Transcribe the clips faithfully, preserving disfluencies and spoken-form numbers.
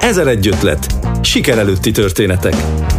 Ezer-egy ötlet. Siker előtti történetek.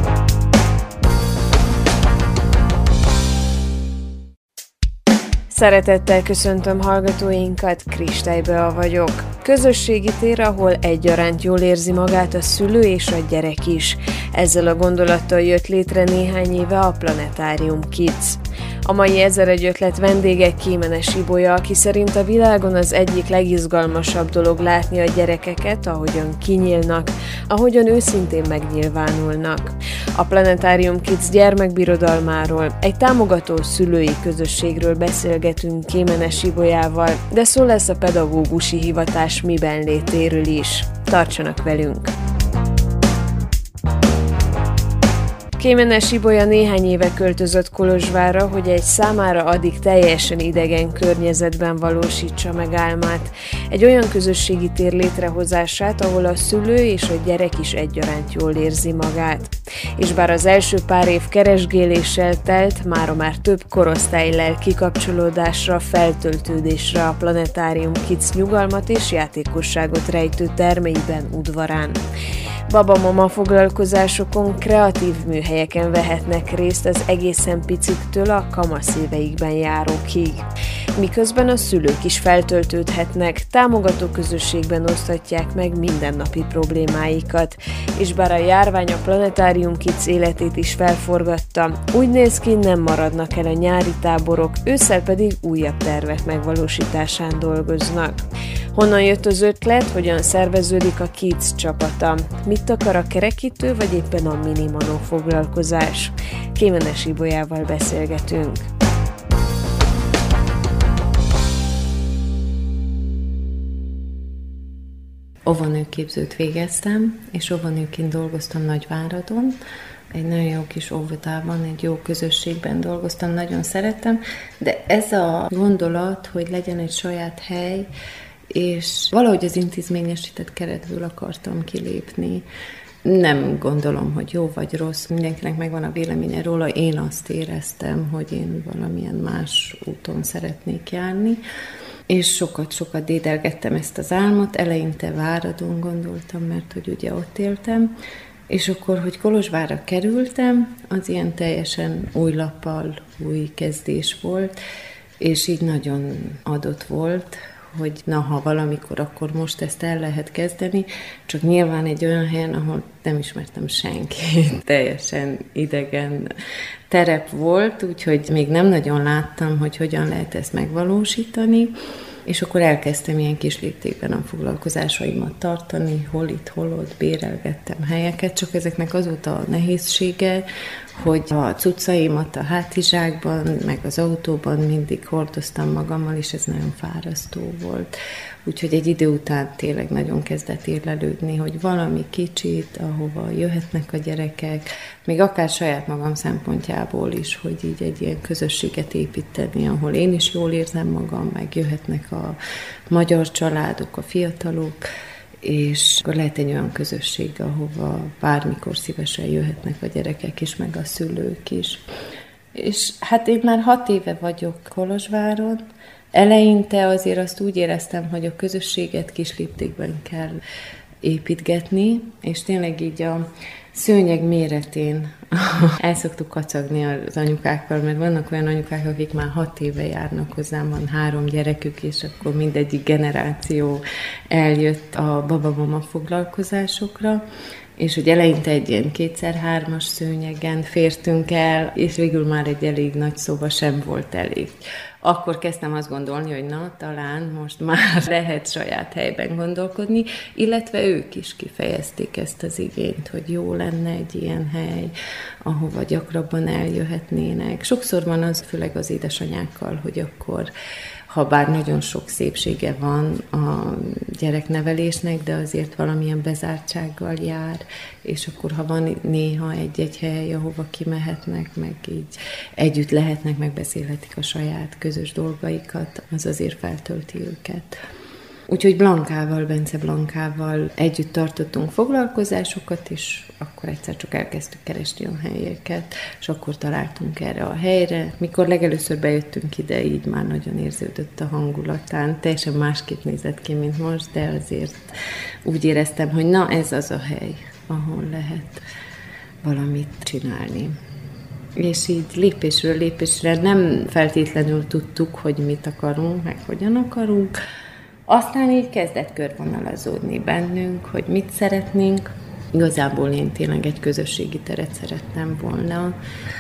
Szeretettel köszöntöm hallgatóinkat, Kristálybea vagyok. Közösségi tér, ahol egyaránt jól érzi magát a szülő és a gyerek is. Ezzel a gondolattal jött létre néhány éve a Planetarium Kids. A mai Ezer-egy ötlet vendége Kémenes Ibolya, aki szerint a világon az egyik legizgalmasabb dolog látni a gyerekeket, ahogyan kinyílnak, ahogyan őszintén megnyilvánulnak. A Planetarium Kids gyermekbirodalmáról, egy támogató szülői közösségről beszélgetünk Kémenes Ibolyával, de szó lesz a pedagógusi hivatás miben létéről is. Tartsanak velünk! Kémenes Ibolya néhány éve költözött Kolozsvárra, hogy egy számára addig teljesen idegen környezetben valósítsa meg álmát. Egy olyan közösségi tér létrehozását, ahol a szülő és a gyerek is egyaránt jól érzi magát. És bár az első pár év keresgéléssel telt, mára már több korosztály lelki kapcsolódásra, feltöltődésre a Planetarium Kids nyugalmat és játékosságot rejtő termeiben, udvarán. Baba-mama foglalkozásokon, kreatív műhelyeken vehetnek részt az egészen piciktől a kamaszéveikben járókig. Miközben a szülők is feltöltődhetnek, támogató közösségben oszthatják meg mindennapi problémáikat, és bár a járvány a Planetarium Kids életét is felforgatta, úgy néz ki, nem maradnak el a nyári táborok, ősszel pedig újabb tervek megvalósításán dolgoznak. Honnan jött az ötlet, hogyan szerveződik a Kids csapata? Mit akar a kerekítő, vagy éppen a mini-manó foglalkozás? Kémenes Ibolyával beszélgetünk. Óvónőképzőt végeztem, és óvónőként dolgoztam Nagyváradon. Egy nagyon jó kis óvodában, egy jó közösségben dolgoztam, nagyon szerettem, de ez a gondolat, hogy legyen egy saját hely, és valahogy az intézményesített keretből akartam kilépni. Nem gondolom, hogy jó vagy rossz, mindenkinek megvan a véleménye róla, én azt éreztem, hogy én valamilyen más úton szeretnék járni, és sokat-sokat dédelgettem ezt az álmot, eleinte Váradon gondoltam, mert hogy ugye ott éltem, és akkor, hogy Kolozsvárra kerültem, az ilyen teljesen új lappal, új kezdés volt, és így nagyon adott volt, hogy na, ha valamikor, akkor most ezt el lehet kezdeni, csak nyilván egy olyan helyen, ahol nem ismertem senkit, teljesen idegen terep volt, úgyhogy még nem nagyon láttam, hogy hogyan lehet ezt megvalósítani, és akkor elkezdtem ilyen kis léptékben a foglalkozásaimat tartani, hol itt, hol ott, bérelgettem helyeket, csak ezeknek az volt a nehézsége, hogy a cuccaimat a hátizsákban, meg az autóban mindig hordoztam magammal, és ez nagyon fárasztó volt. Úgyhogy egy idő után tényleg nagyon kezdett érlelődni, hogy valami kicsit, ahova jöhetnek a gyerekek, még akár saját magam szempontjából is, hogy így egy ilyen közösséget építeni, ahol én is jól érzem magam, meg jöhetnek a magyar családok, a fiatalok, és akkor lehet egy olyan közösség, ahova bármikor szívesen jöhetnek a gyerekek is, meg a szülők is. És hát én már hat éve vagyok Kolozsváron. Eleinte azért azt úgy éreztem, hogy a közösséget kis léptékben kell építgetni, és tényleg így a szőnyeg méretén el szoktuk kacagni az anyukákkal, mert vannak olyan anyukák, akik már hat éve járnak hozzám, van három gyerekük, és akkor mindegyik generáció eljött a baba-mama foglalkozásokra, és hogy eleinte egy ilyen kétszer-hármas szőnyegen fértünk el, és végül már egy elég nagy szoba sem volt elég. Akkor kezdtem azt gondolni, hogy na, talán most már lehet saját helyben gondolkodni, illetve ők is kifejezték ezt az igényt, hogy jó lenne egy ilyen hely, ahova gyakrabban eljöhetnének. Sokszor van az, főleg az édesanyákkal, hogy akkor, ha bár nagyon sok szépsége van a gyereknevelésnek, de azért valamilyen bezártsággal jár, és akkor, ha van néha egy-egy hely, ahova kimehetnek, meg így együtt lehetnek, megbeszélhetik a saját közös dolgaikat, az azért feltölti őket. Úgyhogy Blankával, Bence Blankával együtt tartottunk foglalkozásokat, és akkor egyszer csak elkezdtük keresni a helyeket, és akkor találtunk erre a helyre. Mikor legelőször bejöttünk ide, így már nagyon érződött a hangulatán. Teljesen másképp nézett ki, mint most, de azért úgy éreztem, hogy na, ez az a hely, ahol lehet valamit csinálni. És így lépésről lépésre nem feltétlenül tudtuk, hogy mit akarunk, meg hogyan akarunk. Aztán így kezdett körvonalazódni bennünk, hogy mit szeretnénk. Igazából én tényleg egy közösségi teret szerettem volna,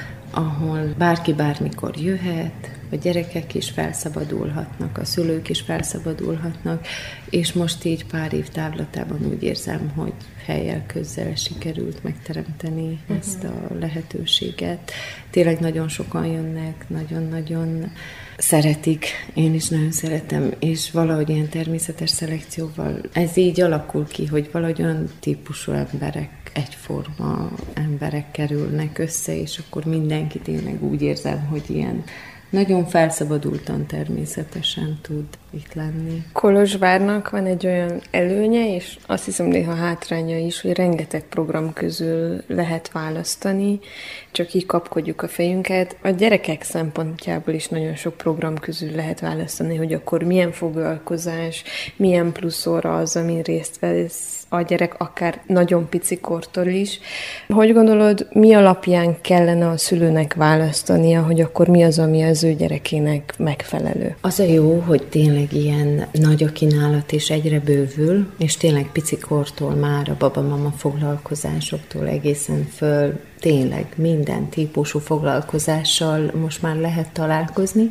ahol bárki bármikor jöhet, a gyerekek is felszabadulhatnak, a szülők is felszabadulhatnak, és most így pár év távlatában úgy érzem, hogy helyjel közzel sikerült megteremteni uh-huh. ezt a lehetőséget. Tényleg nagyon sokan jönnek, nagyon-nagyon szeretik, én is nagyon szeretem, és valahogy ilyen természetes szelekcióval ez így alakul ki, hogy valahogy olyan típusú emberek, egyforma emberek kerülnek össze, és akkor mindenki tényleg úgy érzem, hogy ilyen nagyon felszabadultan, természetesen tud itt lenni. Kolozsvárnak van egy olyan előnye, és azt hiszem néha hátránya is, hogy rengeteg program közül lehet választani, csak így kapkodjuk a fejünket. A gyerekek szempontjából is nagyon sok program közül lehet választani, hogy akkor milyen foglalkozás, milyen plusz óra az, amin részt vesz a gyerek, akár nagyon pici kortól is. Hogy gondolod, mi alapján kellene a szülőnek választania, hogy akkor mi az, ami az ő gyerekének megfelelő? Az a jó, hogy tényleg ilyen nagy a kínálat, és egyre bővül, és tényleg pici kortól már a baba-mama foglalkozásoktól egészen föl, tényleg minden típusú foglalkozással most már lehet találkozni,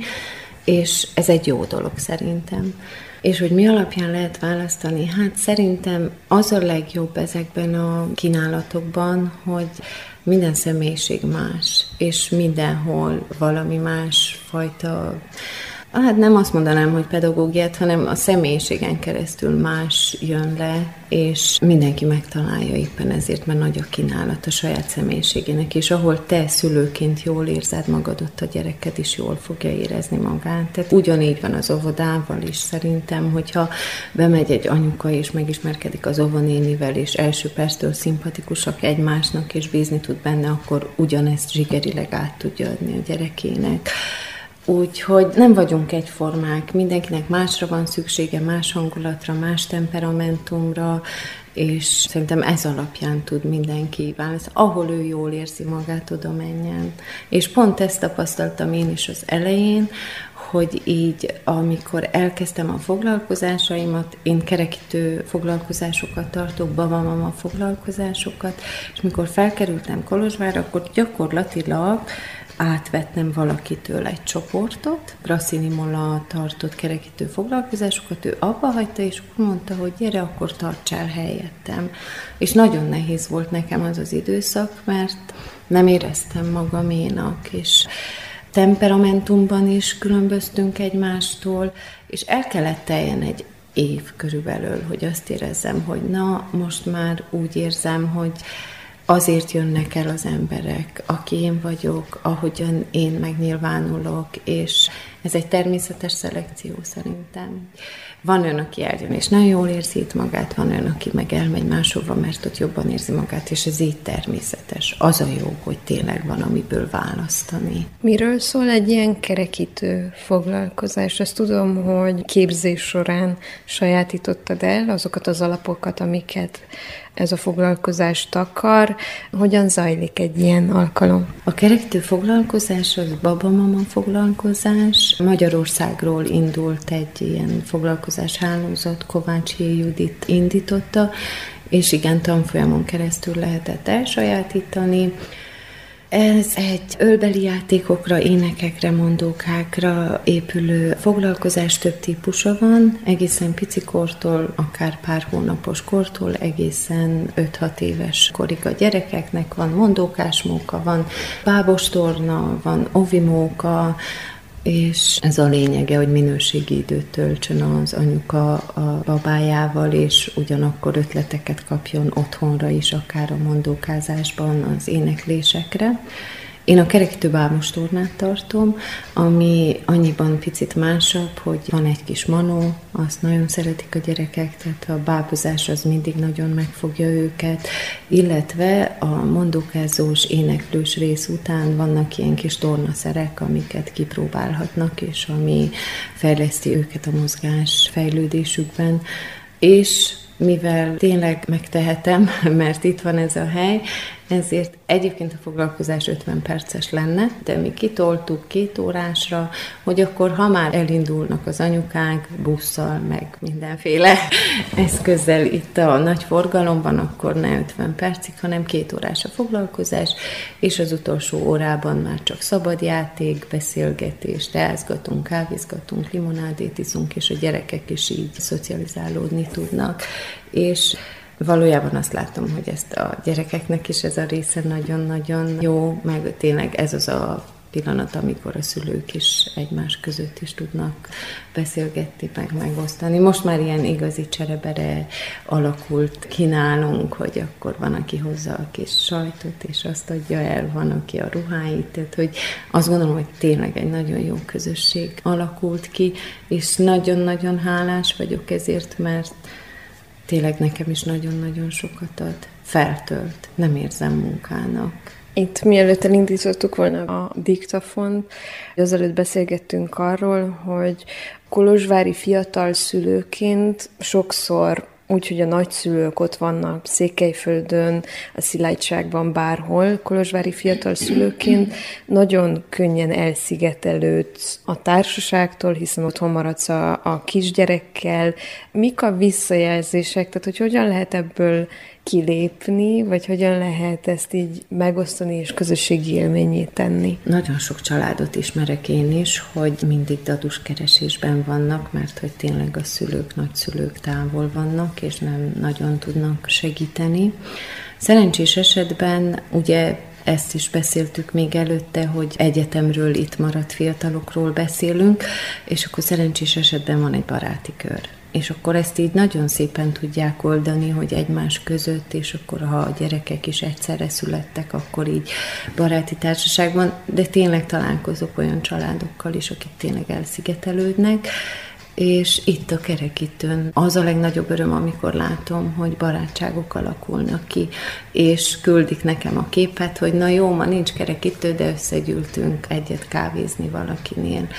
és ez egy jó dolog szerintem. És hogy mi alapján lehet választani? Hát szerintem az a legjobb ezekben a kínálatokban, hogy minden személyiség más, és mindenhol valami más fajta, hát nem azt mondanám, hogy pedagógiát, hanem a személyiségen keresztül más jön le, és mindenki megtalálja éppen ezért, mert nagy a kínálat a saját személyiségének, és ahol te szülőként jól érzed magad, ott a gyereket is jól fogja érezni magát. Tehát ugyanígy van az óvodával is szerintem, hogyha bemegy egy anyuka, és megismerkedik az óvonénivel, és első perctől szimpatikusak egymásnak, és bízni tud benne, akkor ugyanezt zsigerileg át tudja adni a gyerekének. Úgyhogy nem vagyunk egyformák, mindenkinek másra van szüksége, más hangulatra, más temperamentumra, és szerintem ez alapján tud mindenki választani. Ahol ő jól érzi magát, oda menjen. És pont ezt tapasztaltam én is az elején, hogy így, amikor elkezdtem a foglalkozásaimat, én kerekítő foglalkozásokat tartok, baba-mama foglalkozásokat, és mikor felkerültem Kolozsvárra, akkor gyakorlatilag átvettem valakitől egy csoportot, Grassini Mola tartott kerekítő foglalkozásokat, ő abba hagyta, és akkor mondta, hogy gyere, akkor tartsál helyettem. És nagyon nehéz volt nekem az az időszak, mert nem éreztem magaménak, és temperamentumban is különböztünk egymástól, és el kellett teljen egy év körülbelül, hogy azt érezzem, hogy na, most már úgy érzem, hogy azért jönnek el az emberek, aki én vagyok, ahogyan én megnyilvánulok, és ez egy természetes szelekció szerintem. Van olyan, aki eljön, és nagyon jól érzi itt magát, van olyan, aki meg elmegy máshova, mert ott jobban érzi magát, és ez így természetes. Az a jó, hogy tényleg van, amiből választani. Miről szól egy ilyen kerekítő foglalkozás? Azt tudom, hogy képzés során sajátítottad el azokat az alapokat, amiket ez a foglalkozás takar. Hogyan zajlik egy ilyen alkalom? A kerekítő foglalkozás az baba-mama foglalkozás. Magyarországról indult egy ilyen foglalkozás hálózat, Kovácsi Judit indította, és igen, tanfolyamon keresztül lehetett elsajátítani. Ez egy ölbeli játékokra, énekekre, mondókákra épülő foglalkozás, több típusa van, egészen pici kortól, akár pár hónapos kortól, egészen öt-hat éves korig a gyerekeknek van mondókásmóka, van bábostorna, van ovimóka, és ez a lényege, hogy minőségi időt töltsön az anyuka a babájával, és ugyanakkor ötleteket kapjon otthonra is, akár a mondókázásban, az éneklésekre. Én a kerekítő bábostornát tartom, ami annyiban picit másabb, hogy van egy kis manó, azt nagyon szeretik a gyerekek, tehát a bábozás az mindig nagyon megfogja őket, illetve a mondókázós, éneklős rész után vannak ilyen kis tornaszerek, amiket kipróbálhatnak, és ami fejleszti őket a mozgás fejlődésükben, és mivel tényleg megtehetem, mert itt van ez a hely, ezért egyébként a foglalkozás ötven perces lenne, de mi kitoltuk két órásra, hogy akkor, ha már elindulnak az anyukák busszal, meg mindenféle eszközzel itt a nagy forgalomban, akkor ne ötven percig, hanem két órás a foglalkozás, és az utolsó órában már csak szabadjáték, beszélgetés, teázgatunk, kávézgatunk, limonádét iszunk, és a gyerekek is így szocializálódni tudnak. És valójában azt látom, hogy ezt a gyerekeknek is ez a része nagyon-nagyon jó, meg tényleg ez az a pillanat, amikor a szülők is egymás között is tudnak beszélgetni, meg megosztani. Most már ilyen igazi cserebere alakult ki nálunk, hogy akkor van, aki hozza a kis sajtot, és azt adja el, van, aki a ruháit, tehát hogy azt gondolom, hogy tényleg egy nagyon jó közösség alakult ki, és nagyon-nagyon hálás vagyok ezért, mert tényleg nekem is nagyon-nagyon sokat ad, feltölt, nem érzem munkának. Itt mielőtt elindítottuk volna a diktafont, azelőtt beszélgettünk arról, hogy kolozsvári fiatal szülőként sokszor úgy, hogy a nagyszülők ott vannak Székelyföldön, a Szilágyságban, bárhol, kolozsvári fiatal szülőként nagyon könnyen elszigetelődsz a társaságtól, hiszen otthon maradsz a, a kisgyerekkel. Mik a visszajelzések, tehát hogy hogyan lehet ebből kilépni, vagy hogyan lehet ezt így megosztani és közösségi élményé tenni? Nagyon sok családot ismerek én is, hogy mindig daduskeresésben vannak, mert hogy tényleg a szülők, nagyszülők távol vannak, és nem nagyon tudnak segíteni. Szerencsés esetben ugye ezt is beszéltük még előtte, hogy egyetemről itt maradt fiatalokról beszélünk, és akkor szerencsés esetben van egy baráti kör. És akkor ezt így nagyon szépen tudják oldani, hogy egymás között, és akkor ha a gyerekek is egyszerre születtek, akkor így baráti társaságban, de tényleg találkozok olyan családokkal is, akik tényleg elszigetelődnek, és itt a kerekítőn az a legnagyobb öröm, amikor látom, hogy barátságok alakulnak ki, és küldik nekem a képet, hogy na jó, ma nincs kerekítő, de összegyűltünk egyet kávézni valakinél,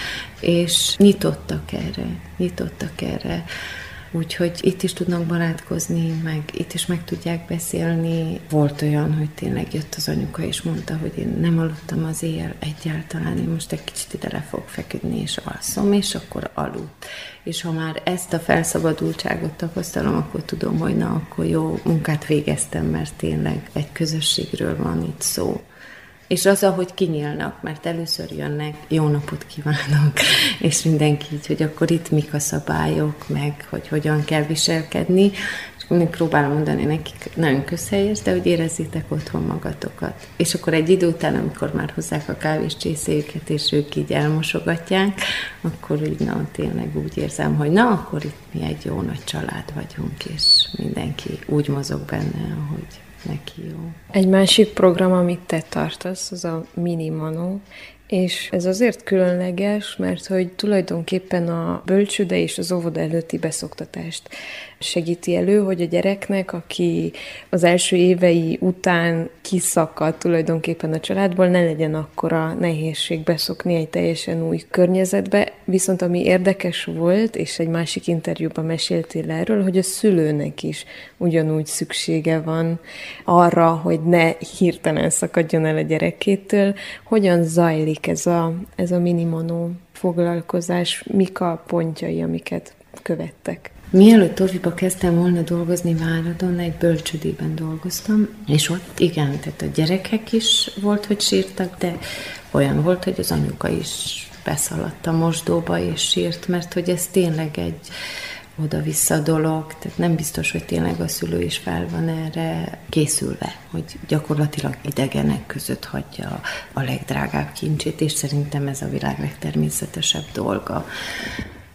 és nyitottak erre, nyitottak erre. Úgyhogy itt is tudnak barátkozni, meg itt is meg tudják beszélni. Volt olyan, hogy tényleg jött az anyuka, és mondta, hogy én nem aludtam az éjjel egyáltalán, én most egy kicsit ide le fogok feküdni, és alszom, és akkor aludt. És ha már ezt a felszabadultságot tapasztalom, akkor tudom, hogy na, akkor jó munkát végeztem, mert tényleg egy közösségről van itt szó. És az, ahogy kinyílnak, mert először jönnek, jó napot kívánok, és mindenki így, hogy akkor itt mik a szabályok, meg hogy hogyan kell viselkedni, és mindig próbálom mondani nekik, nagyon közhelyes, de hogy érezzétek otthon magatokat. És akkor egy idő után, amikor már hozzák a kávés csészéjüket, és ők így elmosogatják, akkor így na, tényleg úgy érzem, hogy na, akkor itt mi egy jó nagy család vagyunk, és mindenki úgy mozog benne, ahogy neki jó. Egy másik program, amit te tartasz, az a Mini Manó, és ez azért különleges, mert hogy tulajdonképpen a bölcsőde és az óvoda előtti beszoktatást segíti elő, hogy a gyereknek, aki az első évei után kiszakad tulajdonképpen a családból, ne legyen akkora nehézség beszokni egy teljesen új környezetbe. Viszont ami érdekes volt, és egy másik interjúban meséltél erről, hogy a szülőnek is ugyanúgy szüksége van arra, hogy ne hirtelen szakadjon el a gyerekétől. Hogyan zajlik ez a, ez a Mini Manó foglalkozás? Mik a pontjai, amiket követtek? Mielőtt Torviba kezdtem volna dolgozni Váradon, egy bölcsődében dolgoztam, és ott igen, tehát a gyerekek is volt, hogy sírtak, de olyan volt, hogy az anyuka is beszaladt a mosdóba és sírt, mert hogy ez tényleg egy oda-vissza dolog, tehát nem biztos, hogy tényleg a szülő is fel van erre készülve, hogy gyakorlatilag idegenek között hagyja a legdrágább kincsét, és szerintem ez a világ legtermészetesebb dolga.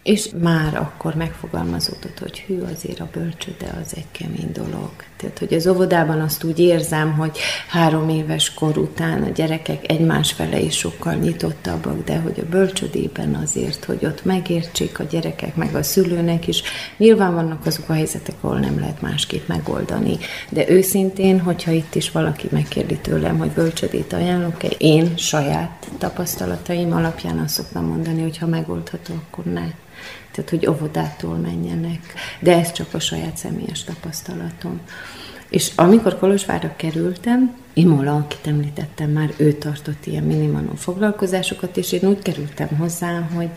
És már akkor megfogalmazódott, hogy hű, azért a bölcsőde az egy kemény dolog. Tehát, hogy az óvodában azt úgy érzem, hogy három éves kor után a gyerekek egymás fele is sokkal nyitottabbak, de hogy a bölcsödében azért, hogy ott megértsék a gyerekek, meg a szülőnek is. Nyilván vannak azok a helyzetek, ahol nem lehet másképp megoldani. De őszintén, hogyha itt is valaki megkérdi tőlem, hogy bölcsödét ajánlok-e, én saját tapasztalataim alapján azt szoktam mondani, hogy ha megoldható, akkor ne. Tehát, hogy óvodától menjenek. De ez csak a saját személyes tapasztalatom. És amikor Kolozsvárra kerültem, Imola, akit említettem már, ő tartott ilyen minimanó foglalkozásokat, és én úgy kerültem hozzá, hogy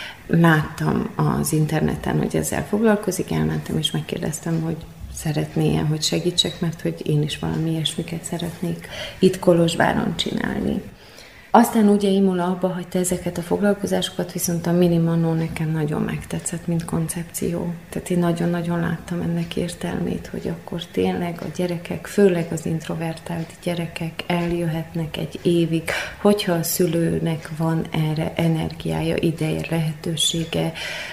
láttam az interneten, hogy ezzel foglalkozik, elmentem és megkérdeztem, hogy szeretné-e, hogy segítsek, mert hogy én is valami ilyesmiket szeretnék itt Kolozsváron csinálni. Aztán ugye Imola abba hagyta ezeket a foglalkozásokat, viszont a minimanó nekem nagyon megtetszett, mint koncepció. Tehát én nagyon-nagyon láttam ennek értelmét, hogy akkor tényleg a gyerekek, főleg az introvertált gyerekek eljöhetnek egy évig, hogyha a szülőnek van erre energiája, ideje, lehetősége,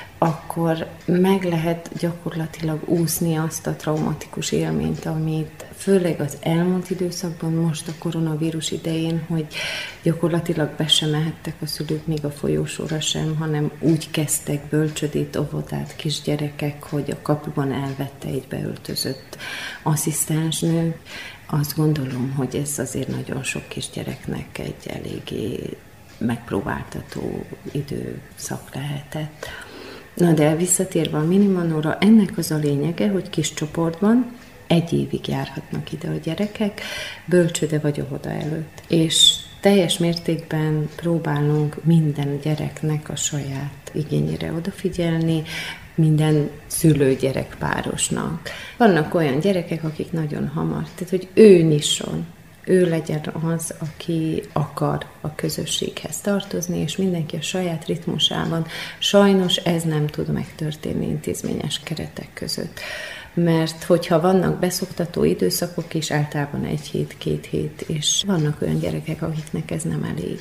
akkor meg lehet gyakorlatilag úszni azt a traumatikus élményt, amit főleg az elmúlt időszakban, most a koronavírus idején, hogy gyakorlatilag be sem mehettek a szülők még a folyósóra sem, hanem úgy kezdtek bölcsödét, óvodát kisgyerekek, hogy a kapuban elvette egy beöltözött asszisztensnő. Azt gondolom, hogy ez azért nagyon sok kisgyereknek egy eléggé megpróbáltató időszak lehetett. Na de visszatérve a minimanóra, ennek az a lényege, hogy kis csoportban egy évig járhatnak ide a gyerekek, bölcsőde vagy óvoda előtt. És teljes mértékben próbálunk minden gyereknek a saját igényére odafigyelni, minden szülő-gyerek párosnak. Vannak olyan gyerekek, akik nagyon hamar, tehát hogy ő nyisson, ő legyen az, aki akar a közösséghez tartozni, és mindenki a saját ritmusában. Sajnos ez nem tud megtörténni intézményes keretek között. Mert hogyha vannak beszoktató időszakok is, általában egy hét, két hét, és vannak olyan gyerekek, akiknek ez nem elég.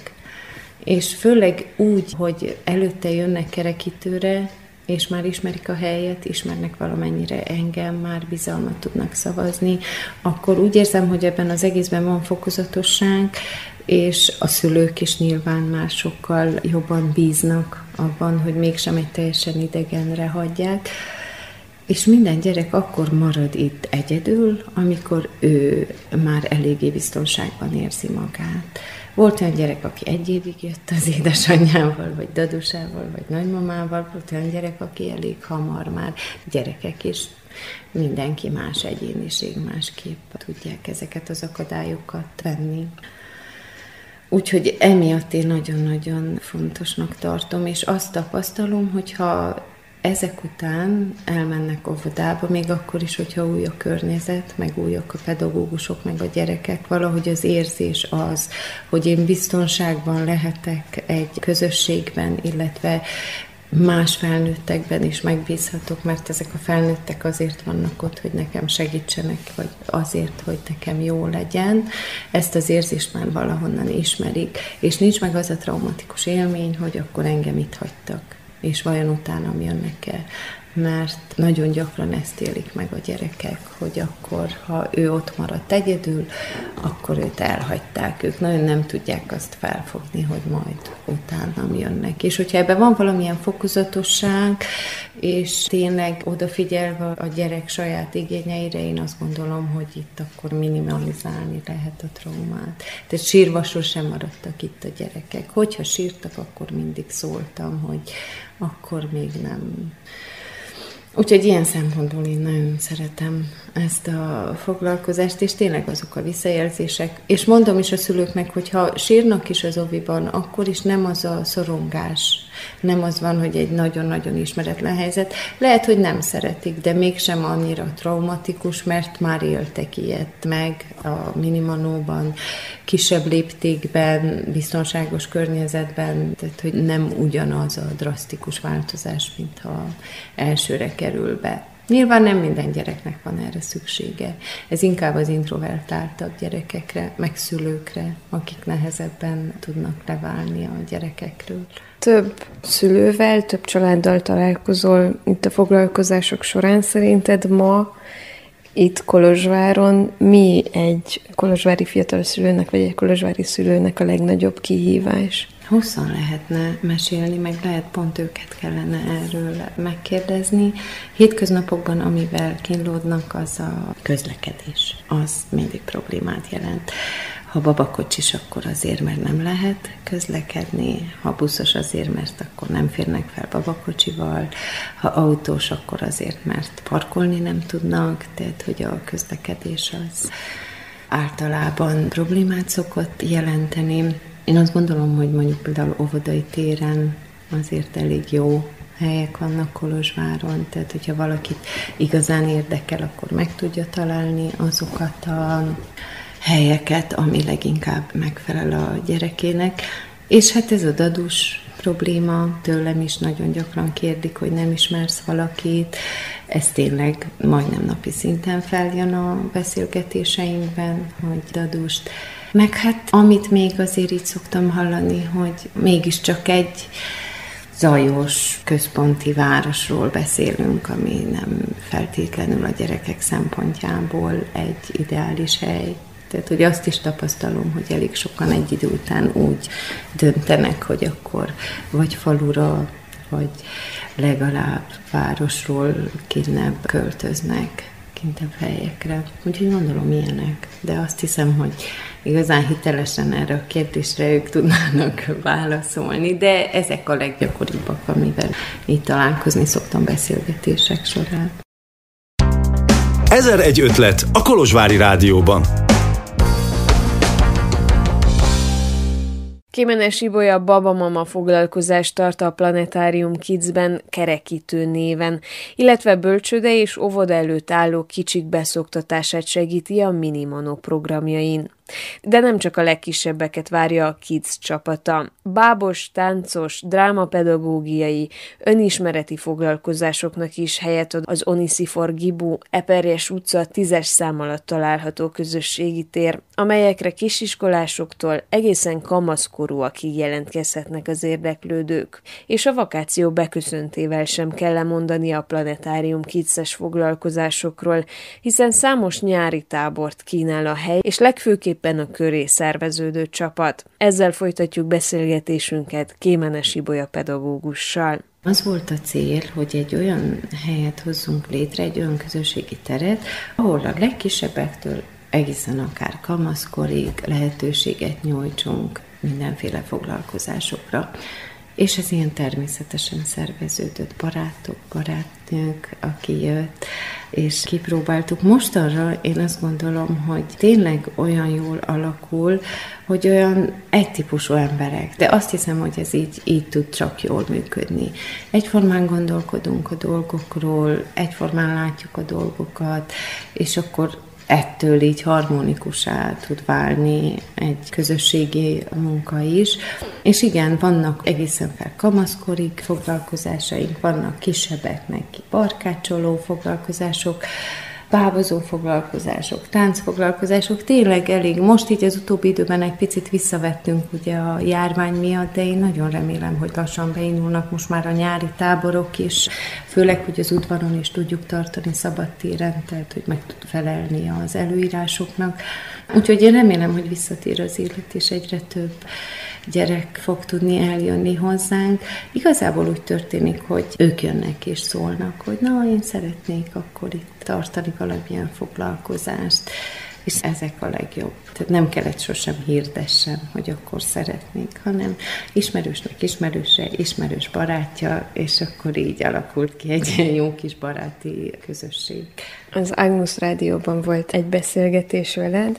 És főleg úgy, hogy előtte jönnek kerekítőre, és már ismerik a helyet, ismernek valamennyire engem, már bizalmat tudnak szavazni, akkor úgy érzem, hogy ebben az egészben van fokozatosság, és a szülők is nyilván már sokkal jobban bíznak abban, hogy mégsem egy teljesen idegenre hagyják, és minden gyerek akkor marad itt egyedül, amikor ő már eléggé biztonságban érzi magát. Volt olyan gyerek, aki egy évig jött az édesanyjával, vagy dadusával, vagy nagymamával, volt olyan gyerek, aki elég hamar már, gyerekek is, mindenki más egyéniség, másképp tudják ezeket az akadályokat venni. Úgyhogy emiatt én nagyon-nagyon fontosnak tartom, és azt tapasztalom, hogyha ezek után elmennek óvodába, még akkor is, hogyha új a környezet, meg újak a pedagógusok, meg a gyerekek, valahogy az érzés az, hogy én biztonságban lehetek egy közösségben, illetve más felnőttekben is megbízhatok, mert ezek a felnőttek azért vannak ott, hogy nekem segítsenek, vagy azért, hogy nekem jó legyen. Ezt az érzést már valahonnan ismerik, és nincs meg az a traumatikus élmény, hogy akkor engem itt hagytak, és vajon utánam jönnek-e, mert nagyon gyakran ezt élik meg a gyerekek, hogy akkor, ha ő ott maradt egyedül, akkor őt elhagyták. Ők nagyon nem tudják azt felfogni, hogy majd utánam jönnek. És hogyha ebben van valamilyen fokozatosság, és tényleg odafigyelve a gyerek saját igényeire, én azt gondolom, hogy itt akkor minimalizálni lehet a traumát. Tehát sírva sosem maradtak itt a gyerekek. Hogyha sírtak, akkor mindig szóltam, hogy akkor még nem. Úgyhogy ilyen szempontból én nagyon szeretem ezt a foglalkozást, és tényleg azok a visszajelzések. És mondom is a szülőknek, hogy ha sírnak is az oviban, akkor is nem az a szorongás, nem az van, hogy egy nagyon-nagyon ismeretlen helyzet. Lehet, hogy nem szeretik, de mégsem annyira traumatikus, mert már éltek ilyet meg a minimanóban, kisebb léptékben, biztonságos környezetben, tehát hogy nem ugyanaz a drasztikus változás, mint ha elsőre kerül be. Nyilván nem minden gyereknek van erre szüksége. Ez inkább az introvertáltabb gyerekekre, meg szülőkre, akik nehezebben tudnak leválni a gyerekekről. Több szülővel, több családdal találkozol itt a foglalkozások során. Szerinted ma itt Kolozsváron mi egy kolozsvári fiatal szülőnek, vagy egy kolozsvári szülőnek a legnagyobb kihívás? Hosszan lehetne mesélni, meg lehet pont őket kellene erről megkérdezni. Hétköznapokban, amivel kínlódnak, az a közlekedés. Az mindig problémát jelent. Ha babakocsis, akkor azért, mert nem lehet közlekedni. Ha buszos, azért, mert akkor nem férnek fel babakocsival. Ha autós, akkor azért, mert parkolni nem tudnak. Tehát, hogy a közlekedés az általában problémát szokott jelenteni. Én azt gondolom, hogy mondjuk például óvodai téren azért elég jó helyek vannak Kolozsváron, tehát hogyha valakit igazán érdekel, akkor meg tudja találni azokat a helyeket, ami leginkább megfelel a gyerekének. És hát ez a dadus probléma, tőlem is nagyon gyakran kérdik, hogy nem ismersz valakit. Ez tényleg majdnem napi szinten feljön a beszélgetéseinkben, hogy dadust. Meg hát, amit még azért így szoktam hallani, hogy mégiscsak egy zajos, központi városról beszélünk, ami nem feltétlenül a gyerekek szempontjából egy ideális hely. Tehát, hogy azt is tapasztalom, hogy elég sokan egy idő után úgy döntenek, hogy akkor vagy falura, vagy legalább városról kinnebb költöznek, kintebb helyekre. Úgyhogy gondolom ilyenek. De azt hiszem, hogy igazán hitelesen erre a kérdésre ők tudnának válaszolni, de ezek a leggyakoribbak, amivel így találkozni szoktam beszélgetések során. Ezer-egy ötlet a Kolozsvári Rádióban. Kémenes Ibolya babamama foglalkozást tart a Planetárium Kidsben Kerekítő néven, illetve bölcsőde és óvoda előtt álló kicsik beszoktatását segíti a Minimono programjain. De nem csak a legkisebbeket várja a Kids csapata. Bábos, táncos, drámapedagógiai, önismereti foglalkozásoknak is helyet ad az Oniszifor Gibu Eperjes utca tízes szám alatt található közösségi tér, amelyekre kisiskolásoktól egészen kamaszkorúakig jelentkezhetnek az érdeklődők. És a vakáció beköszöntével sem kell lemondani a Planetárium Kids-es foglalkozásokról, hiszen számos nyári tábort kínál a hely, és legfőképp éppen a köré szerveződő csapat. Ezzel folytatjuk beszélgetésünket Kémenes Ibolya pedagógussal. Az volt a cél, hogy egy olyan helyet hozzunk létre, egy olyan közösségi teret, ahol a legkisebbektől egészen akár kamaszkorig lehetőséget nyújtsunk mindenféle foglalkozásokra. És ez ilyen természetesen szerveződött, barátok, barátnők, aki jött, és kipróbáltuk. Mostanra én azt gondolom, hogy tényleg olyan jól alakul, hogy olyan egytípusú emberek, de azt hiszem, hogy ez így, így tud csak jól működni. Egyformán gondolkodunk a dolgokról, egyformán látjuk a dolgokat, és akkor ettől így harmonikussá tud válni egy közösségi munka is. És igen, vannak egészen fel kamaszkorig foglalkozásaink, vannak kisebbeknek barkácsoló foglalkozások, bábozó foglalkozások, táncfoglalkozások, tényleg elég. Most így az utóbbi időben egy picit visszavettünk ugye a járvány miatt, de én nagyon remélem, hogy lassan beindulnak most már a nyári táborok is, főleg, hogy az udvaron is tudjuk tartani szabadtéren, tehát hogy meg tud felelni az előírásoknak. Úgyhogy én remélem, hogy visszatér az élet, és egyre több gyerek fog tudni eljönni hozzánk. Igazából úgy történik, hogy ők jönnek és szólnak, hogy na, én szeretnék akkor itt tartani valamilyen foglalkozást, és ezek a legjobb. Tehát nem kellett sosem hirdessem, hogy akkor szeretnék, hanem ismerősnek ismerőse, ismerős barátja, és akkor így alakult ki egy ilyen jó kis baráti közösség. Az Agnus Rádióban volt egy beszélgetés veled,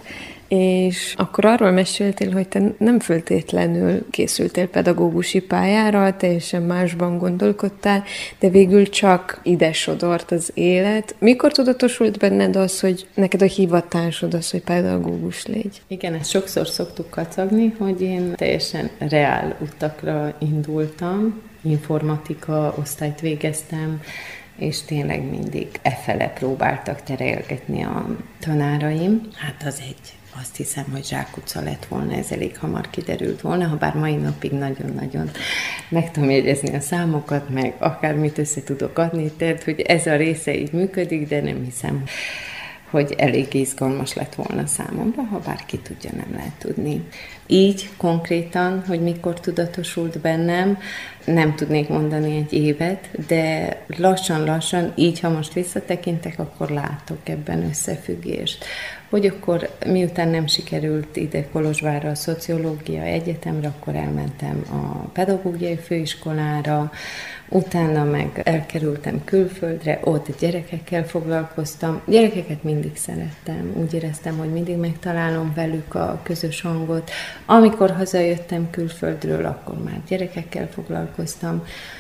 és akkor arról meséltél, hogy te nem föltétlenül készültél pedagógusi pályára, teljesen másban gondolkodtál, de végül csak ide sodort az élet. Mikor tudatosult benned az, hogy neked a hivatásod az, hogy pedagógus légy? Igen, ezt sokszor szoktuk kacagni, hogy én teljesen reál utakra indultam, informatika osztályt végeztem, és tényleg mindig efele próbáltak terelgetni a tanáraim. Hát az egy, azt hiszem, hogy zsákutca lett volna, ez elég hamar kiderült volna, ha bár mai napig nagyon-nagyon meg tudom jegyezni a számokat, meg akármit össze tudok adni, tehát, hogy ez a része így működik, de nem hiszem, hogy elég izgalmas lett volna számomra, ha bárki tudja, nem lehet tudni. Így konkrétan, hogy mikor tudatosult bennem, nem tudnék mondani egy évet, de lassan-lassan, így ha most visszatekintek, akkor látok ebben összefüggést. Hogy akkor miután nem sikerült ide Kolozsvárra a szociológia egyetemre, akkor elmentem a pedagógiai főiskolára, utána meg elkerültem külföldre, ott gyerekekkel foglalkoztam. Gyerekeket mindig szerettem, úgy éreztem, hogy mindig megtalálom velük a közös hangot. Amikor hazajöttem külföldről, akkor már gyerekekkel foglalkoztam,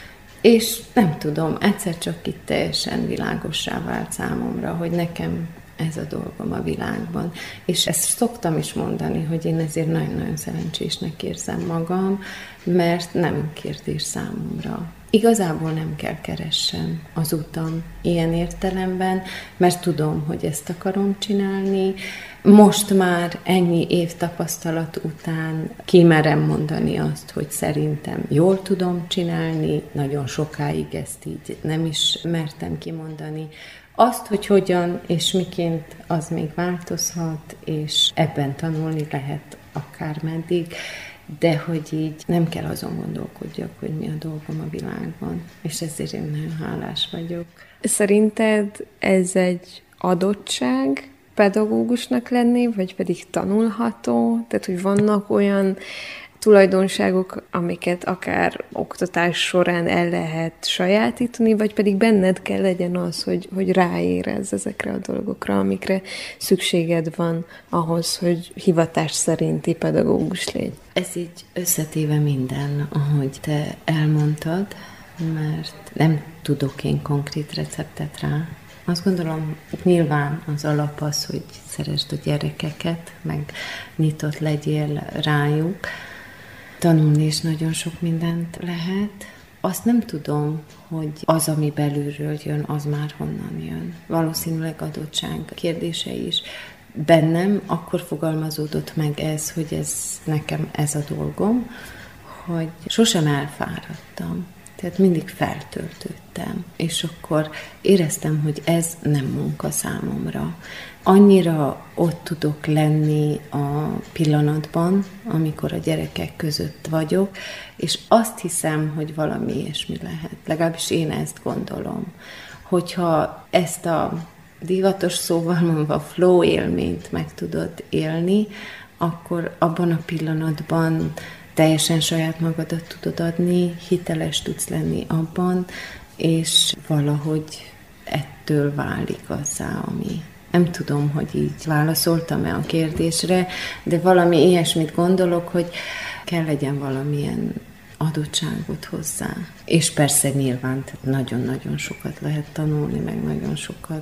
és nem tudom, egyszer csak itt teljesen világossá vált számomra, hogy nekem ez a dolgom a világban. És ezt szoktam is mondani, hogy én ezért nagyon-nagyon szerencsésnek érzem magam, mert nem kérdés számomra. Igazából nem kell keressem az utam ilyen értelemben, mert tudom, hogy ezt akarom csinálni. Most már ennyi év tapasztalat után kimerem mondani azt, hogy szerintem jól tudom csinálni, nagyon sokáig ezt így nem is mertem kimondani. Azt, hogy hogyan és miként, az még változhat, és ebben tanulni lehet akármeddig, de hogy így nem kell azon gondolkodjak, hogy mi a dolgom a világban, és ezért én nagyon hálás vagyok. Szerinted ez egy adottság pedagógusnak lenni, vagy pedig tanulható? Tehát, hogy vannak olyan tulajdonságok, amiket akár oktatás során el lehet sajátítani, vagy pedig benned kell legyen az, hogy, hogy ráérezz ezekre a dolgokra, amikre szükséged van ahhoz, hogy hivatás szerinti pedagógus légy. Ez így összetéve minden, ahogy te elmondtad, mert nem tudok én konkrét receptet rá. Azt gondolom, nyilván az alap az, hogy szeresd a gyerekeket, meg nyitott legyél rájuk. Tanulni is nagyon sok mindent lehet. Azt nem tudom, hogy az, ami belülről jön, az már honnan jön. Valószínűleg adottság kérdése is. Bennem akkor fogalmazódott meg ez, hogy ez nekem ez a dolgom, hogy sosem elfáradtam. Tehát mindig feltöltődtem, és akkor éreztem, hogy ez nem munka számomra. Annyira ott tudok lenni a pillanatban, amikor a gyerekek között vagyok, és azt hiszem, hogy valami ilyesmi lehet. Legalábbis én ezt gondolom. Hogyha ezt a divatos szóval mondva flow élményt meg tudod élni, akkor abban a pillanatban teljesen saját magadat tudod adni, hiteles tudsz lenni abban, és valahogy ettől válik azzá, ami... Nem tudom, hogy így válaszoltam-e a kérdésre, de valami ilyesmit gondolok, hogy kell legyen valamilyen adottságot hozzá. És persze nyilván nagyon-nagyon sokat lehet tanulni, meg nagyon sokat,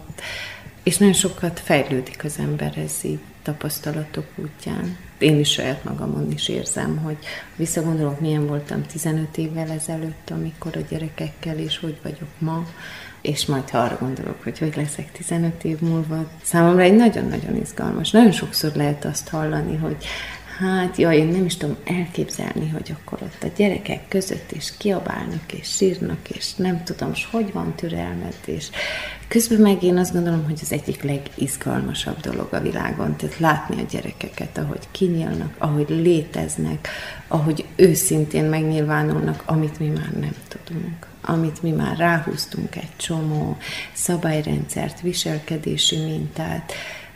és nagyon sokat fejlődik az ember ez így tapasztalatok útján. Én is saját magamon is érzem, hogy visszagondolok, milyen voltam tizenöt évvel ezelőtt, amikor a gyerekekkel, és hogy vagyok ma, és majd ha arra gondolok, hogy hogy leszek tizenöt év múlva. Számomra egy nagyon-nagyon izgalmas. Nagyon sokszor lehet azt hallani, hogy hát, jaj, én nem is tudom elképzelni, hogy akkor ott a gyerekek között is kiabálnak, és sírnak, és nem tudom, és hogy van türelmet, és közben meg én azt gondolom, hogy az egyik legizgalmasabb dolog a világon, tehát látni a gyerekeket, ahogy kinyílnak, ahogy léteznek, ahogy őszintén megnyilvánulnak, amit mi már nem tudunk, amit mi már ráhúztunk egy csomó szabályrendszert, viselkedési mintát,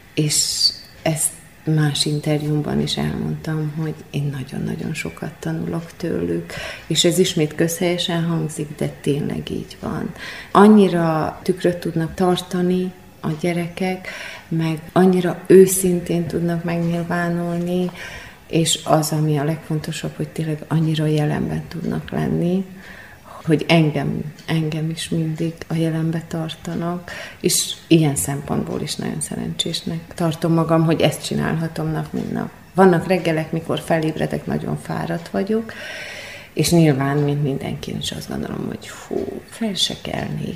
és ezt más interjúmban is elmondtam, hogy én nagyon-nagyon sokat tanulok tőlük, és ez ismét közhelyesen hangzik, de tényleg így van. Annyira tükröt tudnak tartani a gyerekek, meg annyira őszintén tudnak megnyilvánulni, és az, ami a legfontosabb, hogy tényleg annyira jelenben tudnak lenni, hogy engem, engem is mindig a jelenbe tartanak, és ilyen szempontból is nagyon szerencsésnek tartom magam, hogy ezt csinálhatom nap, mint nap. Vannak reggelek, mikor felébredek, nagyon fáradt vagyok, és nyilván, mint mindenki is azt gondolom, hogy fú, fel se kelnék.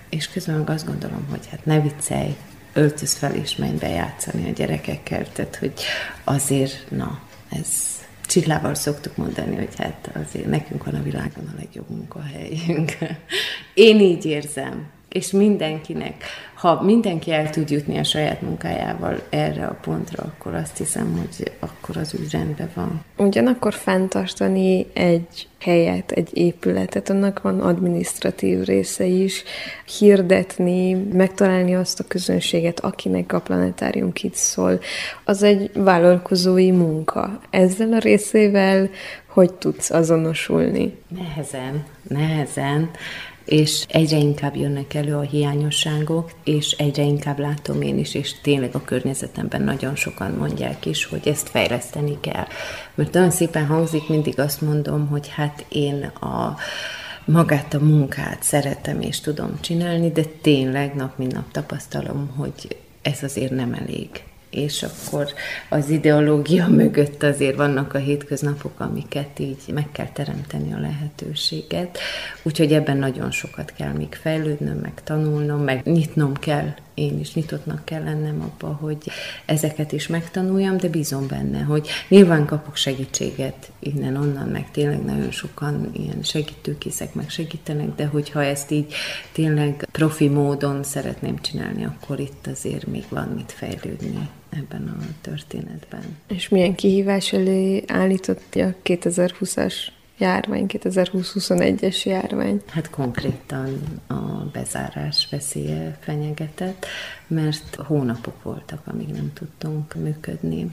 és közben meg azt gondolom, hogy hát ne viccelj, öltöz fel és menj be játszani a gyerekekkel, tehát hogy azért, na, ez Csiklával szoktuk mondani, hogy hát azért nekünk van a világon a legjobb munkahelyünk. Én így érzem, és mindenkinek, ha mindenki el tud jutni a saját munkájával erre a pontra, akkor azt hiszem, hogy akkor az úgy rendben van. Ugyanakkor fenntartani egy helyet, egy épületet, annak van adminisztratív része is, hirdetni, megtalálni azt a közönséget, akinek a Planetárium Kids szól, az egy vállalkozói munka. Ezzel a részével hogy tudsz azonosulni? Nehezen, nehezen. És egyre inkább jönnek elő a hiányosságok, és egyre inkább látom én is, és tényleg a környezetemben nagyon sokan mondják is, hogy ezt fejleszteni kell. Mert olyan szépen hangzik, mindig azt mondom, hogy hát én a magát a munkát szeretem és tudom csinálni, de tényleg nap mint nap tapasztalom, hogy ez azért nem elég. És akkor az ideológia mögött azért vannak a hétköznapok, amiket így meg kell teremteni a lehetőséget. Úgyhogy ebben nagyon sokat kell még fejlődnöm, meg tanulnom, meg nyitnom kell, én is nyitottnak kell lennem abba, hogy ezeket is megtanuljam, de bízom benne, hogy nyilván kapok segítséget innen-onnan, meg tényleg nagyon sokan ilyen segítőkészek meg segítenek, de hogyha ezt így tényleg profi módon szeretném csinálni, akkor itt azért még van mit fejlődni ebben a történetben. És milyen kihívás elé állított a kétezer-húszas járvány, kétezer-húsz-huszonegyes járvány? Hát konkrétan a bezárás veszélye fenyegetett, mert hónapok voltak, amíg nem tudtunk működni.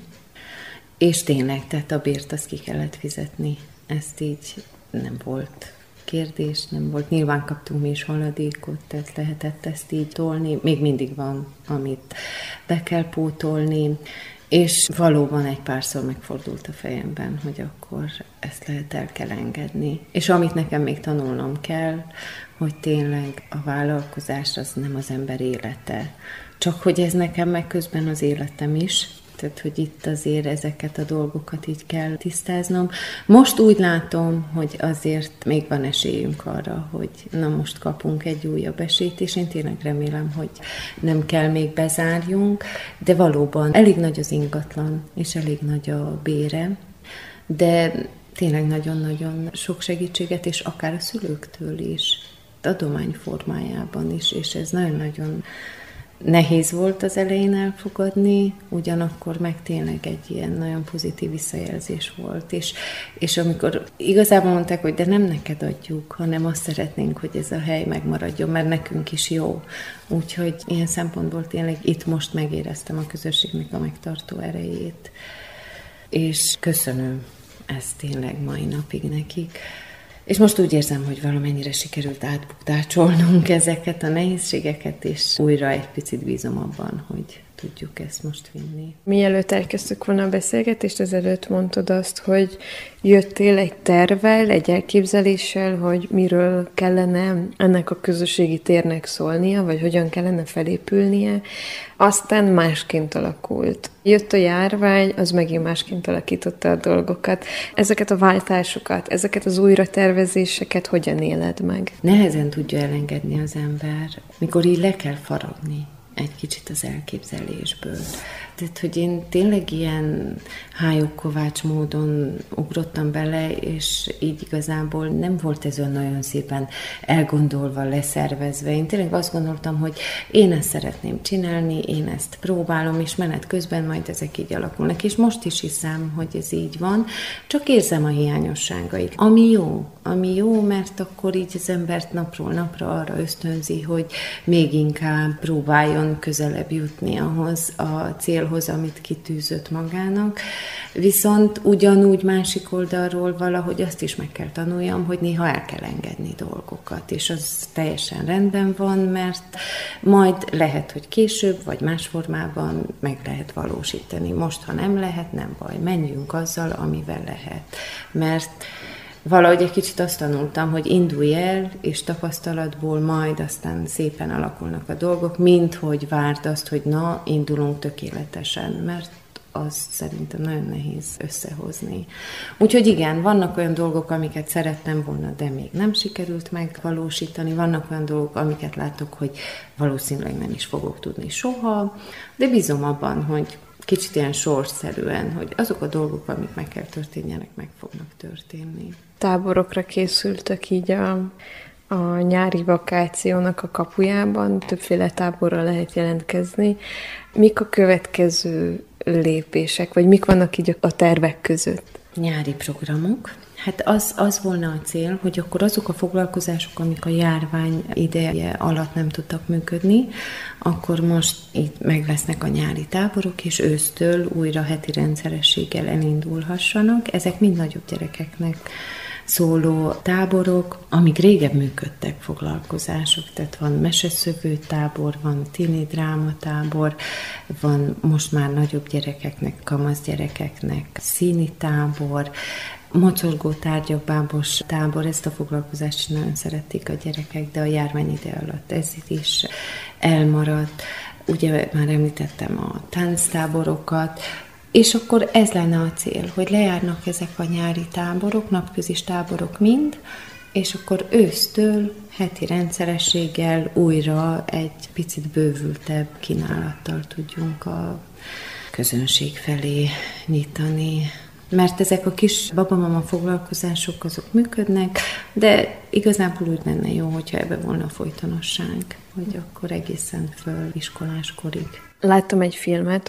És tényleg, tehát a bért azt ki kellett fizetni. Ezt így nem volt kérdés, nem volt. Nyilván kaptunk mi is haladékot, tehát lehetett ezt így tolni. Még mindig van, amit be kell pótolni, és valóban egy párszor megfordult a fejemben, hogy akkor ezt lehet, el kell engedni. És amit nekem még tanulnom kell, hogy tényleg a vállalkozás az nem az ember élete. Csak hogy ez nekem meg közben az életem is, tehát hogy itt azért ezeket a dolgokat így kell tisztáznom. Most úgy látom, hogy azért még van esélyünk arra, hogy na most kapunk egy újabb esélyt, és én tényleg remélem, hogy nem kell még bezárjunk, de valóban elég nagy az ingatlan, és elég nagy a bére, de tényleg nagyon-nagyon sok segítséget, és akár a szülőktől is, adomány formájában is, és ez nagyon-nagyon nehéz volt az elején elfogadni, ugyanakkor meg tényleg egy ilyen nagyon pozitív visszajelzés volt, és, és amikor igazából mondták, hogy de nem neked adjuk, hanem azt szeretnénk, hogy ez a hely megmaradjon, mert nekünk is jó. Úgyhogy ilyen szempontból tényleg itt most megéreztem a közösségnek a megtartó erejét, és köszönöm ezt tényleg mai napig nekik. És most úgy érzem, hogy valamennyire sikerült átbukdácsolnunk ezeket a nehézségeket, és újra egy picit bízom abban, hogy tudjuk ezt most vinni. Mielőtt elkezdtük volna a beszélgetést, ezelőtt mondtad azt, hogy jöttél egy tervvel, egy elképzeléssel, hogy miről kellene ennek a közösségi térnek szólnia, vagy hogyan kellene felépülnie, aztán másként alakult. Jött a járvány, az megint másként alakította a dolgokat. Ezeket a váltásokat, ezeket az újratervezéseket hogyan éled meg? Nehezen tudja elengedni az ember, mikor így le kell faragni egy kicsit az elképzelésből. Tehát, hogy én tényleg ilyen hályok-kovács módon ugrottam bele, és így igazából nem volt ez olyan nagyon szépen elgondolva, leszervezve. Én tényleg azt gondoltam, hogy én ezt szeretném csinálni, én ezt próbálom, és menet közben majd ezek így alakulnak. És most is hiszem, hogy ez így van, csak érzem a hiányosságait. Ami jó, ami jó, mert akkor így az embert napról napra arra ösztönzi, hogy még inkább próbáljon közelebb jutni ahhoz a célhoz, amit kitűzött magának. Viszont ugyanúgy másik oldalról valahogy azt is meg kell tanuljam, hogy néha el kell engedni dolgokat, és az teljesen rendben van, mert majd lehet, hogy később, vagy más formában meg lehet valósítani. Most, ha nem lehet, nem baj, menjünk azzal, amivel lehet. Mert valahogy egy kicsit azt tanultam, hogy indulj el, és tapasztalatból majd aztán szépen alakulnak a dolgok, mint hogy várd azt, hogy na, indulunk tökéletesen, mert az szerintem nagyon nehéz összehozni. Úgyhogy igen, vannak olyan dolgok, amiket szerettem volna, de még nem sikerült megvalósítani, vannak olyan dolgok, amiket látok, hogy valószínűleg nem is fogok tudni soha, de bízom abban, hogy kicsit ilyen sorszerűen, hogy azok a dolgok, amik meg kell történjenek, meg fognak történni. Táborokra készültek így a, a nyári vakációnak a kapujában, többféle táborra lehet jelentkezni. Mik a következő lépések, vagy mik vannak így a tervek között? Nyári programok. Hát az, az volna a cél, hogy akkor azok a foglalkozások, amik a járvány ideje alatt nem tudtak működni, akkor most itt meg lesznek a nyári táborok, és ősztől újra heti rendszerességgel elindulhassanak. Ezek mind nagyobb gyerekeknek szóló táborok, amik régebb működtek foglalkozások, tehát van meseszövő tábor, van tini dráma tábor, van most már nagyobb gyerekeknek, kamasz gyerekeknek színi tábor, mocorgó tárgyak bábos tábor, ezt a foglalkozást nagyon szerették a gyerekek, de a járvány ide alatt ez itt is elmaradt. Ugye már említettem a tánctáborokat, és akkor ez lenne a cél, hogy lejárnak ezek a nyári táborok, napközis táborok mind, és akkor ősztől heti rendszerességgel újra egy picit bővültebb kínálattal tudjunk a közönség felé nyitani. Mert ezek a kis babamama foglalkozások azok működnek, de igazából úgy lenne jó, hogyha ebbe volna a folytonosság, hogy akkor egészen föl iskoláskorig. Láttam egy filmet,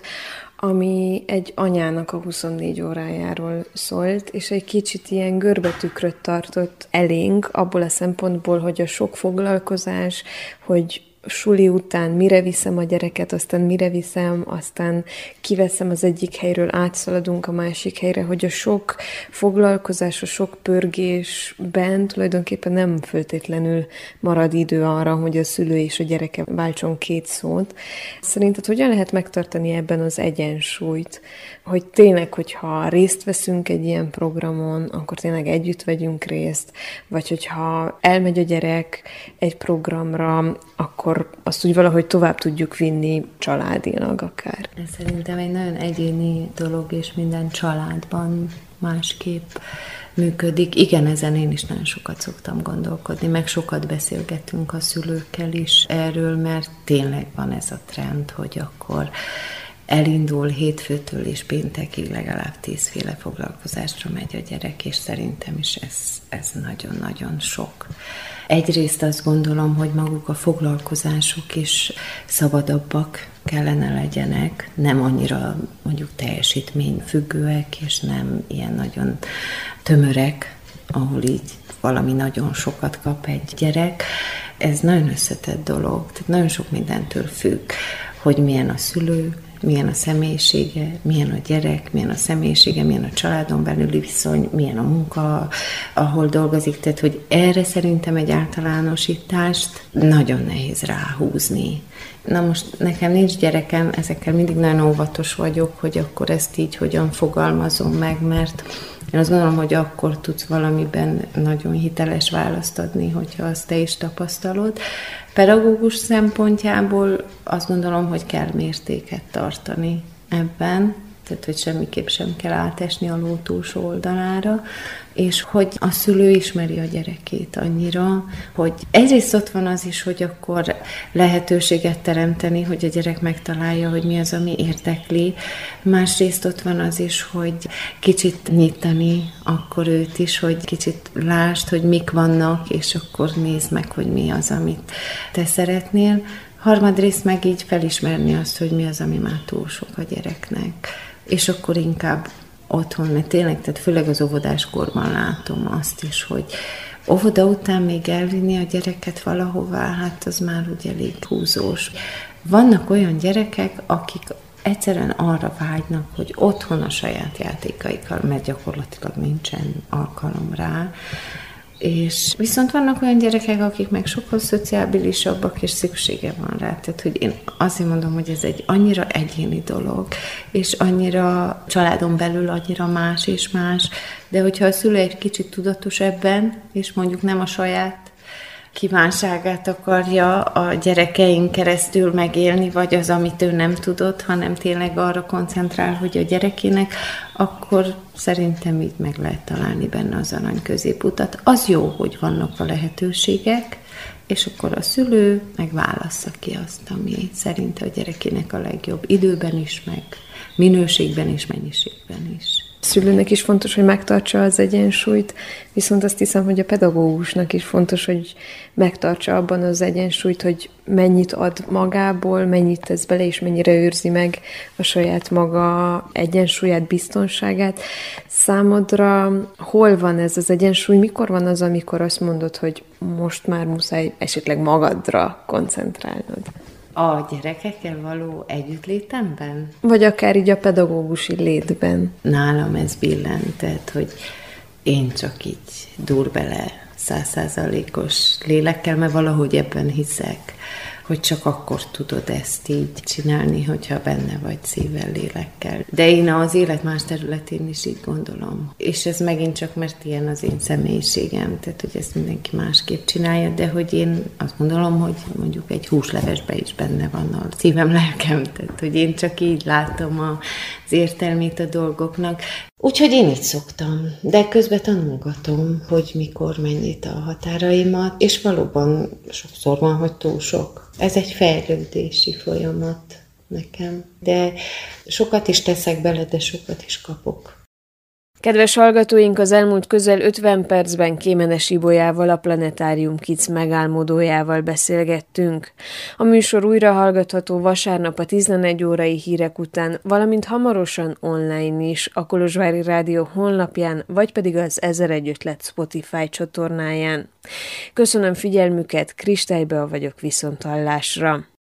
ami egy anyának a huszonnégy órájáról szólt, és egy kicsit ilyen görbetükröt tartott elénk, abból a szempontból, hogy a sok foglalkozás, hogy suli után mire viszem a gyereket, aztán mire viszem, aztán kiveszem az egyik helyről, átszaladunk a másik helyre, hogy a sok foglalkozás, a sok pörgésben tulajdonképpen nem feltétlenül marad idő arra, hogy a szülő és a gyereke váltson két szót. Szerinted hogyan lehet megtartani ebben az egyensúlyt, hogy tényleg, hogyha részt veszünk egy ilyen programon, akkor tényleg együtt vegyünk részt, vagy hogyha elmegy a gyerek egy programra, akkor azt úgy valahogy tovább tudjuk vinni családilag akár. Ez szerintem egy nagyon egyéni dolog, és minden családban másképp működik. Igen, ezen én is nagyon sokat szoktam gondolkodni, meg sokat beszélgetünk a szülőkkel is erről, mert tényleg van ez a trend, hogy akkor elindul hétfőtől és péntekig legalább tízféle foglalkozásra megy a gyerek, és szerintem is ez, ez nagyon-nagyon sok. Egyrészt azt gondolom, hogy maguk a foglalkozások is szabadabbak kellene legyenek, nem annyira mondjuk teljesítményfüggőek, és nem ilyen nagyon tömörek, ahol így valami nagyon sokat kap egy gyerek. Ez nagyon összetett dolog, tehát nagyon sok mindentől függ, hogy milyen a szülő, milyen a személyisége, milyen a gyerek, milyen a személyisége, milyen a családon belüli viszony, milyen a munka, ahol dolgozik. Tehát, hogy erre szerintem egy általánosítást nagyon nehéz ráhúzni. Na most nekem nincs gyerekem, ezekkel mindig nagyon óvatos vagyok, hogy akkor ezt így hogyan fogalmazom meg, mert én azt gondolom, hogy akkor tudsz valamiben nagyon hiteles választ adni, hogyha azt te is tapasztalod. Pedagógus szempontjából azt gondolom, hogy kell mértéket tartani ebben, tehát hogy semmiképp sem kell átesni a ló túlsó oldalára, és hogy a szülő ismeri a gyerekét annyira, hogy egyrészt ott van az is, hogy akkor lehetőséget teremteni, hogy a gyerek megtalálja, hogy mi az, ami érdekli. Másrészt ott van az is, hogy kicsit nyitani akkor őt is, hogy kicsit lásd, hogy mik vannak, és akkor nézd meg, hogy mi az, amit te szeretnél. Harmadrészt meg így felismerni azt, hogy mi az, ami már túl sok a gyereknek. És akkor inkább otthon, mert tényleg, tehát főleg az óvodáskorban látom azt is, hogy óvoda után még elvinni a gyereket valahová, hát az már úgy elég húzós. Vannak olyan gyerekek, akik egyszerűen arra vágynak, hogy otthon a saját játékaikkal, mert gyakorlatilag nincsen alkalom rá, és viszont vannak olyan gyerekek, akik meg sokkal szociábilisabbak, és szüksége van rá. Tehát, hogy én azért mondom, hogy ez egy annyira egyéni dolog, és annyira családon belül annyira más és más, de hogyha a szülő egy kicsit tudatos ebben, és mondjuk nem a saját kívánságát akarja a gyerekeink keresztül megélni, vagy az, amit ő nem tudott, hanem tényleg arra koncentrál, hogy a gyerekének, akkor szerintem így meg lehet találni benne az arany középutat. Az jó, hogy vannak a lehetőségek, és akkor a szülő megválassza ki azt, ami szerint a gyerekének a legjobb időben is, meg minőségben és mennyiségben is. A szülőnek is fontos, hogy megtartsa az egyensúlyt, viszont azt hiszem, hogy a pedagógusnak is fontos, hogy megtartsa abban az egyensúlyt, hogy mennyit ad magából, mennyit tesz bele, és mennyire őrzi meg a saját maga egyensúlyát, biztonságát. Számodra hol van ez az egyensúly, mikor van az, amikor azt mondod, hogy most már muszáj esetleg magadra koncentrálnod? A gyerekekkel való együttlétemben? Vagy akár így a pedagógusi létben? Nálam ez billentett, hogy én csak így dur bele százszázalékos lélekkel, mert valahogy ebben hiszek, hogy csak akkor tudod ezt így csinálni, hogyha benne vagy szívvel, lélekkel. De én az élet más területén is így gondolom. És ez megint csak, mert ilyen az én személyiségem, tehát hogy ezt mindenki másképp csinálja, de hogy én azt gondolom, hogy mondjuk egy húslevesben is benne van a szívem, lelkem, tehát hogy én csak így látom az értelmét a dolgoknak. Úgyhogy én így szoktam, de közben tanulgatom, hogy mikor mennyit a határaimat, és valóban sokszor van, hogy túl sok. Ez egy fejlődési folyamat nekem, de sokat is teszek bele, de sokat is kapok. Kedves hallgatóink, az elmúlt közel ötven percben Kémenes Ibolyával, a Planetárium Kids megálmodójával beszélgettünk. A műsor újra hallgatható vasárnap a tizenegy órai hírek után, valamint hamarosan online is, a Kolozsvári Rádió honlapján, vagy pedig az ezer-egy ötlet Spotify csatornáján. Köszönöm figyelmüket, Kristálybea vagyok, viszonthallásra.